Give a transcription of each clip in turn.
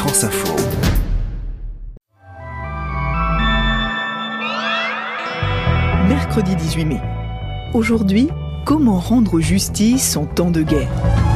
France Info. Mercredi 18 mai. Aujourd'hui, comment rendre justice en temps de guerre ?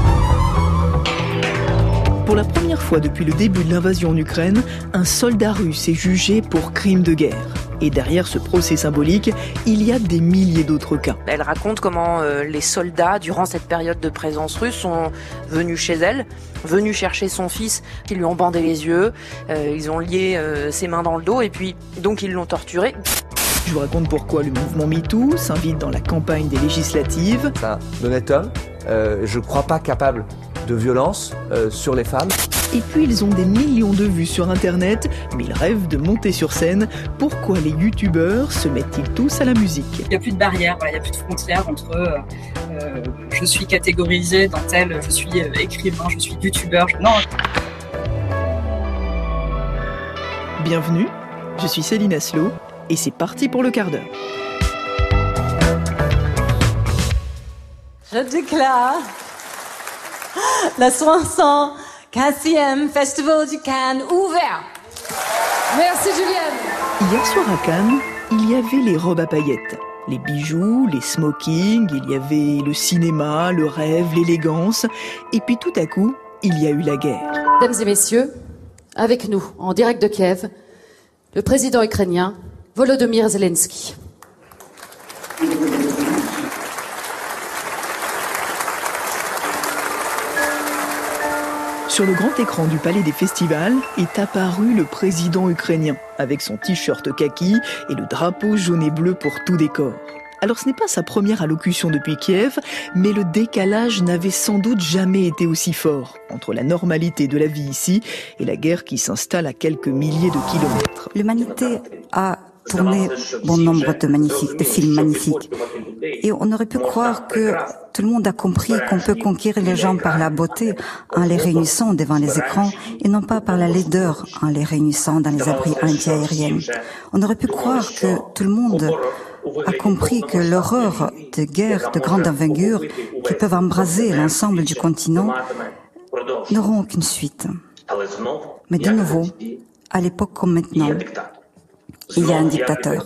Pour la première fois depuis le début de l'invasion en Ukraine, un soldat russe est jugé pour crime de guerre. Et derrière ce procès symbolique, il y a des milliers d'autres cas. Elle raconte comment les soldats, durant cette période de présence russe, sont venus chez elle, venus chercher son fils, qui lui ont bandé les yeux, ils ont lié ses mains dans le dos et puis donc ils l'ont torturé. Je vous raconte pourquoi le mouvement MeToo s'invite dans la campagne des législatives. C'est un honnête homme, je ne crois pas capable de violence sur les femmes. Et puis ils ont des millions de vues sur internet, mais ils rêvent de monter sur scène. Pourquoi les youtubeurs se mettent-ils tous à la musique ? Il n'y a plus de barrière, il n'y a plus de frontières entre je suis catégorisé dans tel, je suis écrivain, je suis youtubeur. Non. Bienvenue, je suis Céline Aslo et c'est parti pour le quart d'heure. Je déclare la 75e Festival du Cannes ouvert. Merci Julienne. Hier soir à Cannes, il y avait les robes à paillettes, les bijoux, les smokings, il y avait le cinéma, le rêve, l'élégance. Et puis tout à coup, il y a eu la guerre. Mesdames et messieurs, avec nous, en direct de Kiev, le président ukrainien Volodymyr Zelensky. Sur le grand écran du Palais des Festivals est apparu le président ukrainien, avec son t-shirt kaki et le drapeau jaune et bleu pour tout décor. Alors ce n'est pas sa première allocution depuis Kiev, mais le décalage n'avait sans doute jamais été aussi fort entre la normalité de la vie ici et la guerre qui s'installe à quelques milliers de kilomètres. L'humanité a tourné bon nombre de films magnifiques. Et on aurait pu croire que tout le monde a compris qu'on peut conquérir les gens par la beauté en les réunissant devant les écrans et non pas par la laideur en les réunissant dans les abris anti-aériens. On aurait pu croire que tout le monde a compris que l'horreur de guerres de grande envergure qui peuvent embraser l'ensemble du continent n'auront aucune suite. Mais de nouveau, à l'époque comme maintenant, il y a un dictateur.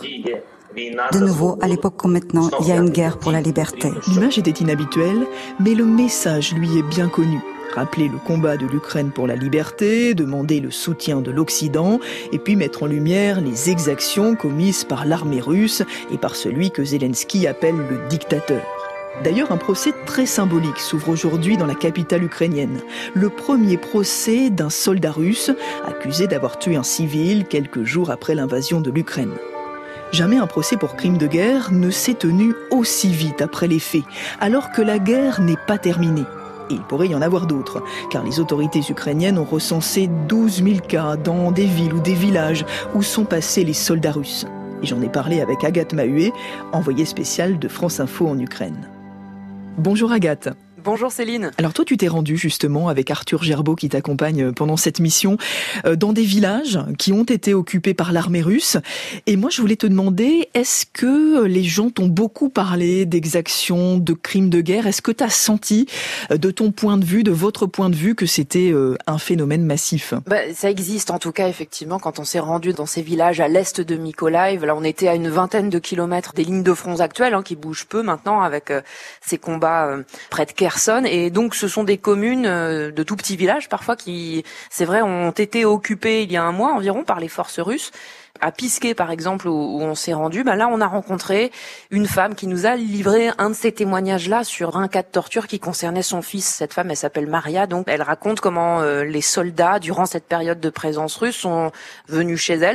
De nouveau, à l'époque comme maintenant, il y a une guerre pour la liberté. L'image était inhabituelle, mais le message lui est bien connu. Rappeler le combat de l'Ukraine pour la liberté, demander le soutien de l'Occident, et puis mettre en lumière les exactions commises par l'armée russe et par celui que Zelensky appelle le dictateur. D'ailleurs, un procès très symbolique s'ouvre aujourd'hui dans la capitale ukrainienne. Le premier procès d'un soldat russe accusé d'avoir tué un civil quelques jours après l'invasion de l'Ukraine. Jamais un procès pour crime de guerre ne s'est tenu aussi vite après les faits, alors que la guerre n'est pas terminée. Et il pourrait y en avoir d'autres, car les autorités ukrainiennes ont recensé 12 000 cas dans des villes ou des villages où sont passés les soldats russes. Et j'en ai parlé avec Agathe Mahuet, envoyée spéciale de France Info en Ukraine. Bonjour Agathe. Bonjour Céline. Alors toi tu t'es rendue justement avec Arthur Gerbeau qui t'accompagne pendant cette mission dans des villages qui ont été occupés par l'armée russe. Et moi je voulais te demander, est-ce que les gens t'ont beaucoup parlé d'exactions, de crimes de guerre ? Est-ce que tu as senti de ton point de vue, de votre point de vue, que c'était un phénomène massif ? Ça existe en tout cas effectivement quand on s'est rendu dans ces villages à l'est de Mykolaiv. Là on était à une vingtaine de kilomètres des lignes de front actuelles qui bougent peu maintenant avec ces combats près de Kherson. Et donc ce sont des communes de tout petits villages parfois qui, c'est vrai, ont été occupées il y a un mois environ par les forces russes. À Pisquet par exemple où on s'est rendu, là on a rencontré une femme qui nous a livré un de ces témoignages-là sur un cas de torture qui concernait son fils. Cette femme, elle s'appelle Maria, donc elle raconte comment les soldats durant cette période de présence russe sont venus chez elle.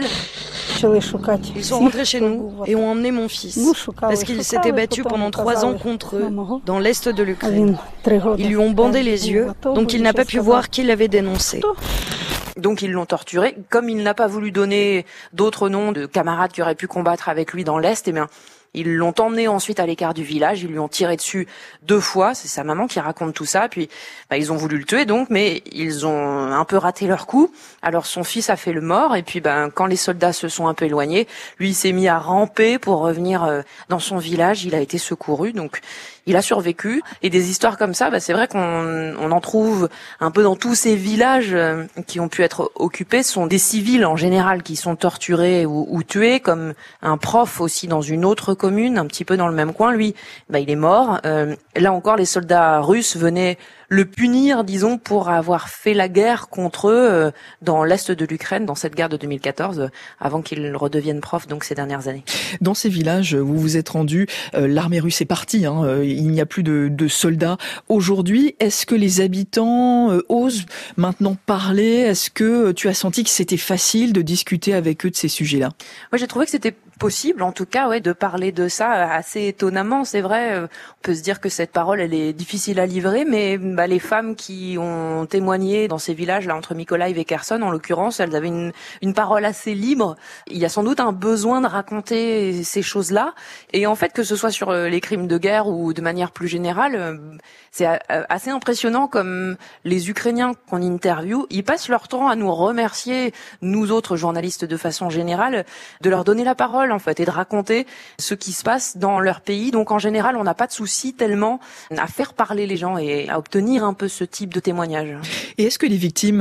Ils sont rentrés chez nous et ont emmené mon fils parce qu'il s'était battu pendant 3 ans contre eux dans l'est de l'Ukraine. Ils lui ont bandé les yeux, donc il n'a pas pu voir qui l'avait dénoncé. Donc ils l'ont torturé. Comme il n'a pas voulu donner d'autres noms de camarades qui auraient pu combattre avec lui dans l'Est, ils l'ont emmené ensuite à l'écart du village, ils lui ont tiré dessus 2 fois, c'est sa maman qui raconte tout ça, puis ils ont voulu le tuer donc, mais ils ont un peu raté leur coup. Alors son fils a fait le mort, et puis quand les soldats se sont un peu éloignés, lui il s'est mis à ramper pour revenir dans son village, il a été secouru, donc il a survécu. Et des histoires comme ça, c'est vrai qu'on en trouve un peu dans tous ces villages qui ont pu être occupés. Ce sont des civils en général qui sont torturés ou tués, comme un prof aussi dans une autre commune, un petit peu dans le même coin. Lui, il est mort. Là encore, les soldats russes venaient le punir, disons, pour avoir fait la guerre contre eux dans l'est de l'Ukraine, dans cette guerre de 2014, avant qu'il redevienne prof, donc ces dernières années. Dans ces villages où vous vous êtes rendu, l'armée russe est partie, il n'y a plus de soldats. Aujourd'hui, est-ce que les habitants osent maintenant parler? Est-ce que tu as senti que c'était facile de discuter avec eux de ces sujets-là? Moi, j'ai trouvé que c'était possible, en tout cas, de parler de ça assez étonnamment. C'est vrai, on peut se dire que cette parole, elle est difficile à livrer, mais les femmes qui ont témoigné dans ces villages-là, entre Mykolaiv et Kherson, en l'occurrence, elles avaient une parole assez libre. Il y a sans doute un besoin de raconter ces choses-là. Et en fait, que ce soit sur les crimes de guerre ou de manière plus générale, c'est assez impressionnant comme les Ukrainiens qu'on interviewe, ils passent leur temps à nous remercier, nous autres journalistes de façon générale, de leur donner la parole en fait et de raconter ce qui se passe dans leur pays. Donc en général, on n'a pas de souci tellement à faire parler les gens et à obtenir un peu ce type de témoignage. Et est-ce que les victimes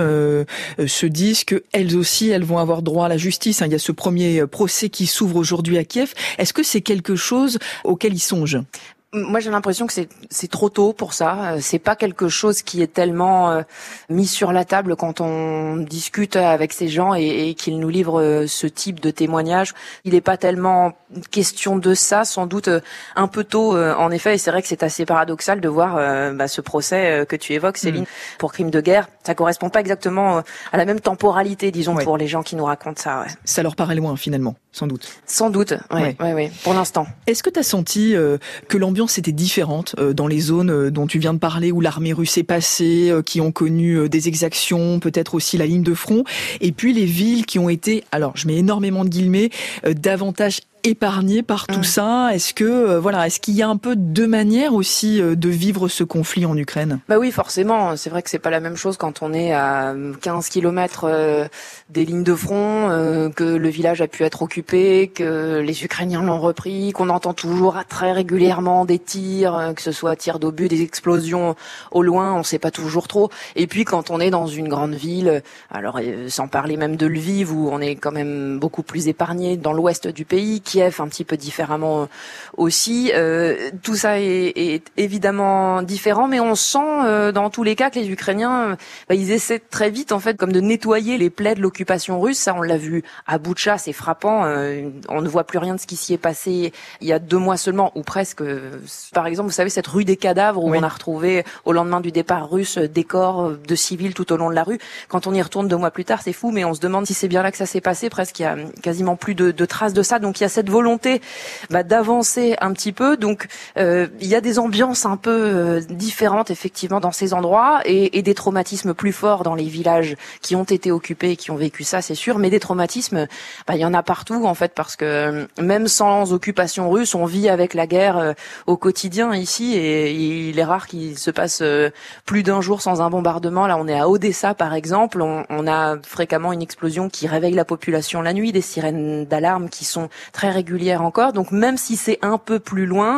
se disent qu'elles aussi, elles vont avoir droit à la justice? Il y a ce premier procès qui s'ouvre aujourd'hui à Kiev. Est-ce que c'est quelque chose auquel ils songent? Moi, j'ai l'impression que c'est trop tôt pour ça. C'est pas quelque chose qui est tellement mis sur la table quand on discute avec ces gens et qu'ils nous livrent ce type de témoignage. Il n'est pas tellement question de ça, sans doute un peu tôt en effet. Et c'est vrai que c'est assez paradoxal de voir ce procès que tu évoques, Céline, pour crime de guerre. Ça correspond pas exactement à la même temporalité, disons, pour les gens qui nous racontent ça. Ouais. Ça leur paraît loin, finalement, sans doute. Sans doute, oui, pour l'instant. Est-ce que tu as senti que l'ambiance était différente dans les zones dont tu viens de parler, où l'armée russe est passée, qui ont connu des exactions, peut-être aussi la ligne de front, et puis les villes qui ont été, alors je mets énormément de guillemets, davantage épargné par tout ça? Est-ce que est-ce qu'il y a un peu deux manières aussi de vivre ce conflit en Ukraine? Oui, forcément. C'est vrai que c'est pas la même chose quand on est à 15 kilomètres des lignes de front, que le village a pu être occupé, que les Ukrainiens l'ont repris, qu'on entend toujours très régulièrement des tirs, que ce soit tirs d'obus, des explosions au loin, on sait pas toujours trop. Et puis quand on est dans une grande ville, alors sans parler même de Lviv où on est quand même beaucoup plus épargné, dans l'ouest du pays, Kiev un petit peu différemment aussi. Tout ça est évidemment différent, mais on sent dans tous les cas que les Ukrainiens, ils essaient très vite en fait comme de nettoyer les plaies de l'occupation russe. Ça, on l'a vu à Boutcha, c'est frappant. On ne voit plus rien de ce qui s'y est passé il y a 2 mois seulement, ou presque. Par exemple, vous savez, cette rue des cadavres où on a retrouvé au lendemain du départ russe des corps de civils tout au long de la rue. Quand on y retourne 2 mois plus tard, c'est fou, mais on se demande si c'est bien là que ça s'est passé. Presque, il y a quasiment plus de traces de ça. Donc il y a cette volonté d'avancer un petit peu. Donc il y a des ambiances un peu différentes effectivement dans ces endroits et des traumatismes plus forts dans les villages qui ont été occupés et qui ont vécu ça, c'est sûr. Mais des traumatismes, il y en a partout en fait, parce que même sans occupation russe, on vit avec la guerre au quotidien ici, et il est rare qu'il se passe plus d'un jour sans un bombardement. Là, on est à Odessa par exemple, on a fréquemment une explosion qui réveille la population la nuit, des sirènes d'alarme qui sont très régulières encore. Donc même si c'est un peu plus loin,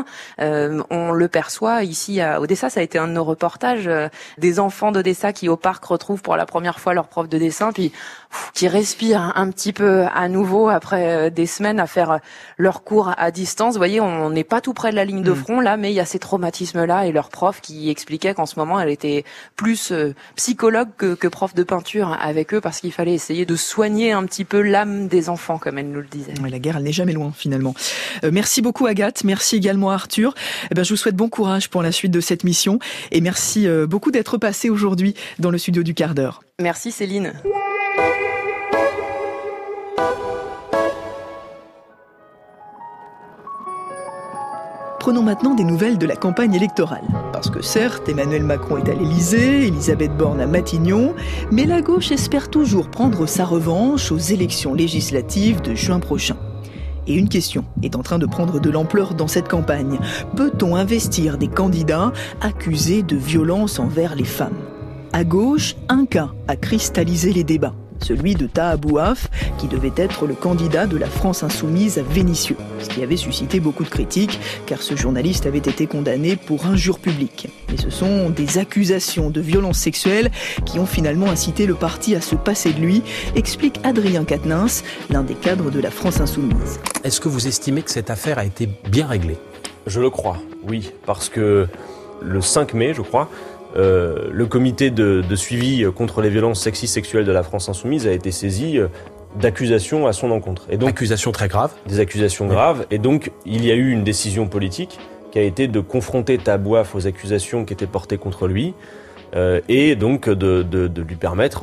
on le perçoit ici à Odessa. Ça a été un de nos reportages, des enfants d'Odessa qui au parc retrouvent pour la première fois leur prof de dessin, puis qui respirent un petit peu à nouveau après des semaines à faire leur cours à distance. Vous voyez, on n'est pas tout près de la ligne de front là, mais il y a ces traumatismes-là, et leur prof qui expliquait qu'en ce moment elle était plus psychologue que prof de peinture avec eux, parce qu'il fallait essayer de soigner un petit peu l'âme des enfants, comme elle nous le disait. Ouais, la guerre, elle n'est jamais loin finalement. Merci beaucoup Agathe, merci également Arthur. Je vous souhaite bon courage pour la suite de cette mission, et merci beaucoup d'être passé aujourd'hui dans le studio du quart d'heure. Merci Céline. Prenons maintenant des nouvelles de la campagne électorale. Parce que certes, Emmanuel Macron est à l'Élysée, Elisabeth Borne à Matignon, mais la gauche espère toujours prendre sa revanche aux élections législatives de juin prochain. Et une question est en train de prendre de l'ampleur dans cette campagne. Peut-on investir des candidats accusés de violence envers les femmes ? À gauche, un cas a cristallisé les débats. celui de Taha Bouaf, qui devait être le candidat de la France insoumise à Vénissieux, ce qui avait suscité beaucoup de critiques, car ce journaliste avait été condamné pour injure publique. Mais ce sont des accusations de violences sexuelles qui ont finalement incité le parti à se passer de lui, explique Adrien Quatennens, l'un des cadres de la France insoumise. Est-ce que vous estimez que cette affaire a été bien réglée ? Je le crois, oui, parce que le 5 mai, je crois, le comité de suivi contre les violences sexistes sexuelles de la France insoumise a été saisi d'accusations à son encontre. Et donc, accusations très graves. Des accusations graves. Et donc, il y a eu une décision politique qui a été de confronter Taha Bouaf aux accusations qui étaient portées contre lui. Et donc de lui permettre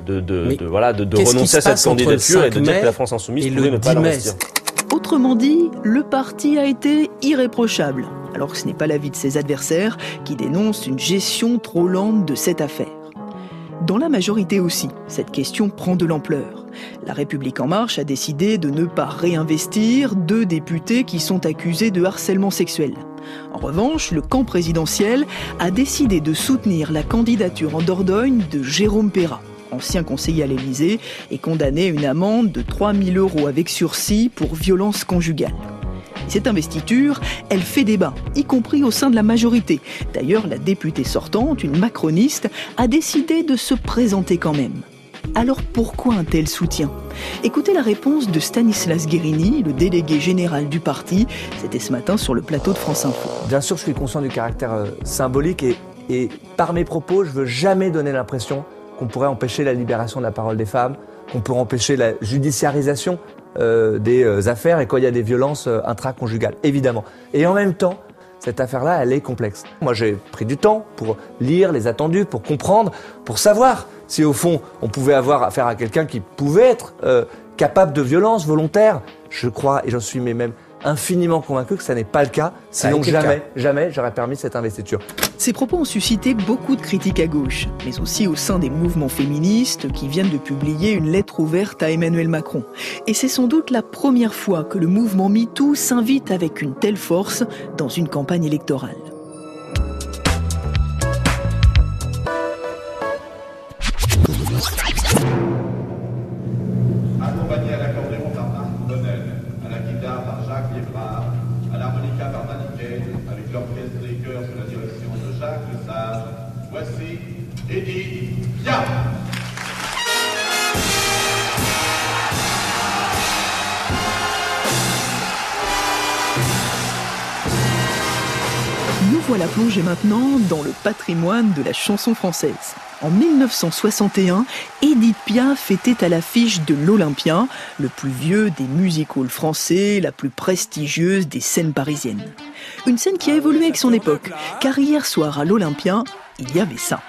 de renoncer à cette candidature et de dire que la France insoumise pouvait ne pas l'investir. Autrement dit, le parti a été irréprochable, alors que ce n'est pas l'avis de ses adversaires qui dénoncent une gestion trop lente de cette affaire. Dans la majorité aussi, cette question prend de l'ampleur. La République En Marche a décidé de ne pas réinvestir 2 députés qui sont accusés de harcèlement sexuel. En revanche, le camp présidentiel a décidé de soutenir la candidature en Dordogne de Jérôme Perra, ancien conseiller à l'Élysée, et condamné à une amende de 3 000 € avec sursis pour violence conjugale. Cette investiture, elle fait débat, y compris au sein de la majorité. D'ailleurs, la députée sortante, une macroniste, a décidé de se présenter quand même. Alors pourquoi un tel soutien ? Écoutez la réponse de Stanislas Guérini, le délégué général du parti. C'était ce matin sur le plateau de France Info. Bien sûr, je suis conscient du caractère symbolique et par mes propos, je ne veux jamais donner l'impression qu'on pourrait empêcher la libération de la parole des femmes, qu'on pourrait empêcher la judiciarisation des affaires et quand il y a des violences intraconjugales, évidemment. Et en même temps, cette affaire-là, elle est complexe. Moi, j'ai pris du temps pour lire les attendus, pour comprendre, pour savoir si au fond, on pouvait avoir affaire à quelqu'un qui pouvait être capable de violence volontaire. Je crois, et j'en suis même infiniment convaincu que ça n'est pas le cas, sinon jamais j'aurais permis cette investiture. Ces propos ont suscité beaucoup de critiques à gauche, mais aussi au sein des mouvements féministes qui viennent de publier une lettre ouverte à Emmanuel Macron. Et c'est sans doute la première fois que le mouvement MeToo s'invite avec une telle force dans une campagne électorale. Accompagné à l'accordéon par Marc Bonnel, à la guitare par Jacques Liévrard, à l'harmonica par Maniquet, avec l'orchestre des chœurs sous la direction de Jacques Lesage, voici Edith Piaf. Nous voilà plongés maintenant dans le patrimoine de la chanson française. En 1961, Edith Piaf était à l'affiche de l'Olympia, le plus vieux des music halls français, la plus prestigieuse des scènes parisiennes. Une scène qui a évolué avec son époque, car hier soir à l'Olympia, il y avait ça.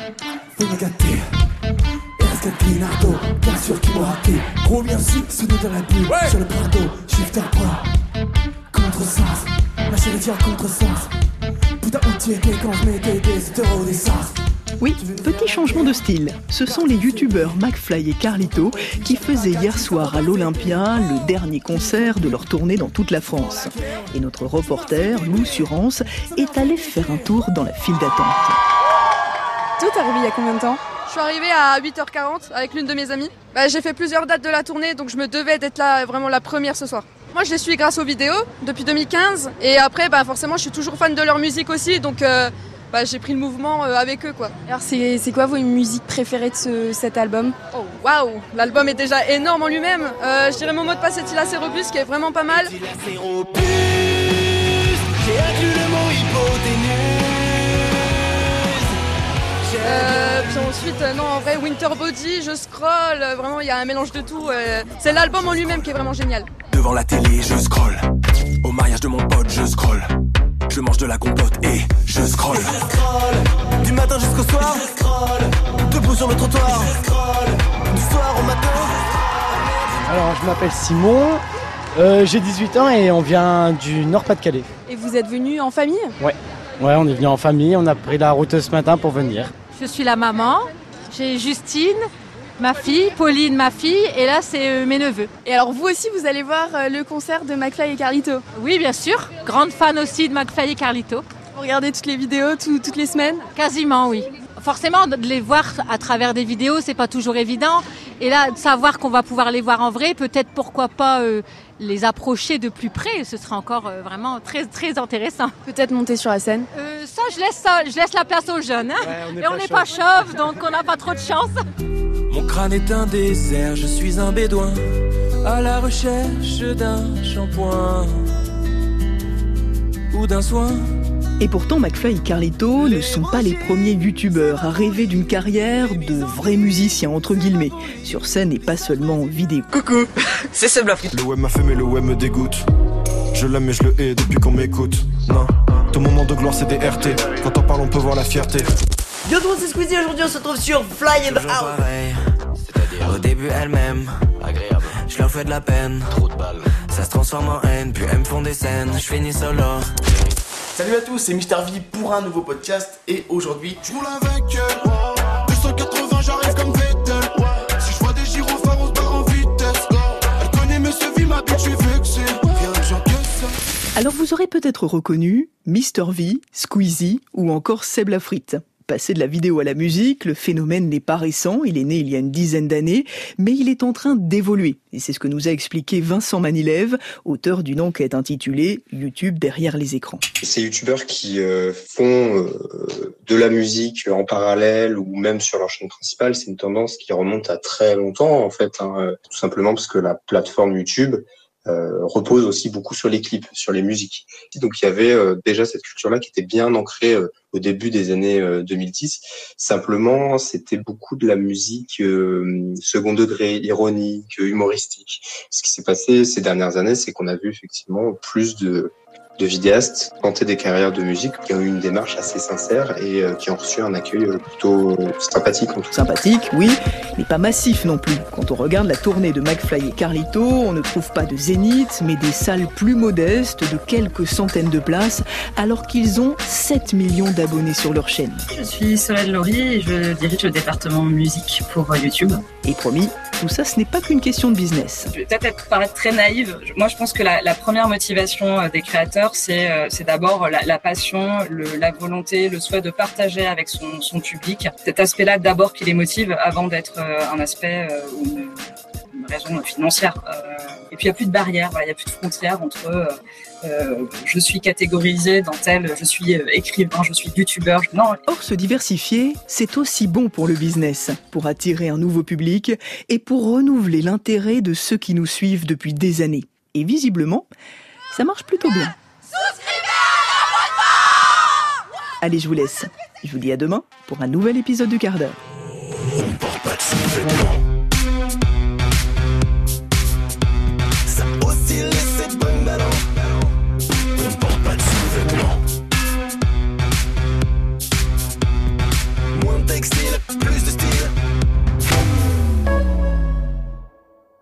Bien sûr qu'il m'aura raté. Combien si ce n'est dans la bulle, sur le plateau, shifter poids. Contre-sens, ma chérie tient contre-sens. Putain où tu étais quand je mettais des euros des sens. Oui, petit changement de style. Ce sont les youtubeurs McFly et Carlito qui faisaient hier soir à l'Olympia le dernier concert de leur tournée dans toute la France. Et notre reporter, Lou Surance, est allé faire un tour dans la file d'attente. Toi, t'es arrivé il y a combien de temps ? Je suis arrivée à 8h40 avec l'une de mes amies. J'ai fait plusieurs dates de la tournée, donc je me devais d'être là vraiment la première ce soir. Moi, je les suis grâce aux vidéos depuis 2015. Et après, forcément, je suis toujours fan de leur musique aussi, donc j'ai pris le mouvement avec eux, quoi. Alors, c'est quoi vos musiques préférées de cet album ? Oh, waouh ! L'album est déjà énorme en lui-même. Je dirais Mon mot de passe est-il assez robuste, qui est vraiment pas mal. J'ai inclus le mot hypoténuse. Puis ensuite, en vrai, Winter Body, je scroll, vraiment il y a un mélange de tout. C'est l'album en lui-même qui est vraiment génial. Devant la télé, je scroll. Au mariage de mon pote, je scroll. Je mange de la compote et je scroll. Du matin jusqu'au soir, je scroll. Debout sur le trottoir, je scroll. Du soir au matin. Alors, je m'appelle Simon, j'ai 18 ans et on vient du Nord-Pas-de-Calais. Et vous êtes venu en famille ? Ouais, on est venu en famille, on a pris la route ce matin pour venir. Je suis la maman, j'ai Justine, ma fille, Pauline, ma fille, et là c'est mes neveux. Et alors vous aussi vous allez voir le concert de McFly et Carlito ? Oui bien sûr, grande fan aussi de McFly et Carlito. Vous regardez toutes les vidéos toutes les semaines ? Quasiment oui. forcément, de les voir à travers des vidéos, c'est pas toujours évident. Et là, de savoir qu'on va pouvoir les voir en vrai, peut-être pourquoi pas les approcher de plus près, ce sera encore vraiment très, très intéressant. Peut-être monter sur la scène. Je laisse la place aux jeunes. Hein. Ouais, on n'est pas chauve, donc on n'a pas trop de chance. Mon crâne est un désert, je suis un bédouin, à la recherche d'un shampoing ou d'un soin. Et pourtant, McFly et Carlito ne sont pas les premiers youtubeurs à rêver d'une carrière de vrais musiciens, entre guillemets, sur scène et pas seulement en vidéo. Coucou, c'est Seb Lafrite. Le web m'a fait mais le web me dégoûte. Je l'aime et je le hais depuis qu'on m'écoute. Non, ton moment de gloire c'est des RT. Quand on parle on peut voir la fierté. Yo tout le monde, c'est Squeezie, aujourd'hui on se retrouve sur Fly and Out. C'est-à-dire au début elle-même, agréable. Je leur fais de la peine, trop de balles. Ça se transforme en haine, puis elles me font des scènes. Je finis solo. Salut à tous, c'est Mister V pour un nouveau podcast. Et aujourd'hui, je roule avec 280, j'arrive comme Vettel. Si je vois des gyrophares, on se barre en vitesse. Elle connaît Monsieur V, ma bitch, je suis vexé. Rien que j'encaisse. Alors vous aurez peut-être reconnu Mister V, Squeezie ou encore Seb Lafrite. Passé de la vidéo à la musique, le phénomène n'est pas récent, il est né il y a une dizaine d'années, mais il est en train d'évoluer. Et c'est ce que nous a expliqué Vincent Manilev, auteur d'une enquête intitulée « YouTube derrière les écrans ». Ces youtubeurs qui font de la musique en parallèle ou même sur leur chaîne principale, c'est une tendance qui remonte à très longtemps en fait, tout simplement parce que la plateforme YouTube repose aussi beaucoup sur les clips, sur les musiques. Donc il y avait déjà cette culture-là qui était bien ancrée au début des années 2010. Simplement, c'était beaucoup de la musique second degré, ironique, humoristique. Ce qui s'est passé ces dernières années, c'est qu'on a vu effectivement plus de vidéastes tenter des carrières de musique qui ont eu une démarche assez sincère et qui ont reçu un accueil plutôt sympathique. Sympathique, oui, mais pas massif non plus. Quand on regarde la tournée de McFly et Carlito, on ne trouve pas de zénith, mais des salles plus modestes de quelques centaines de places, alors qu'ils ont 7 millions d'abonnés sur leur chaîne. Je suis Solène Laurie et je dirige le département musique pour YouTube. Et promis, tout ça, ce n'est pas qu'une question de business. Je vais peut-être paraître très naïve. Moi, je pense que la première motivation des créateurs, c'est d'abord la passion, la volonté, le souhait de partager avec son public. Cet aspect-là, d'abord, qui les motive avant d'être un aspect ou une raison financière. Et puis, il n'y a plus de barrière, il n'y a plus de frontières entre je suis catégorisé dans tel, je suis écrivain, je suis youtubeur. Non. Or, se diversifier, c'est aussi bon pour le business, pour attirer un nouveau public et pour renouveler l'intérêt de ceux qui nous suivent depuis des années. Et visiblement, ça marche plutôt bien. Souscrivez à l'abonnement! Allez, je vous laisse. Je vous dis à demain pour un nouvel épisode du quart d'heure.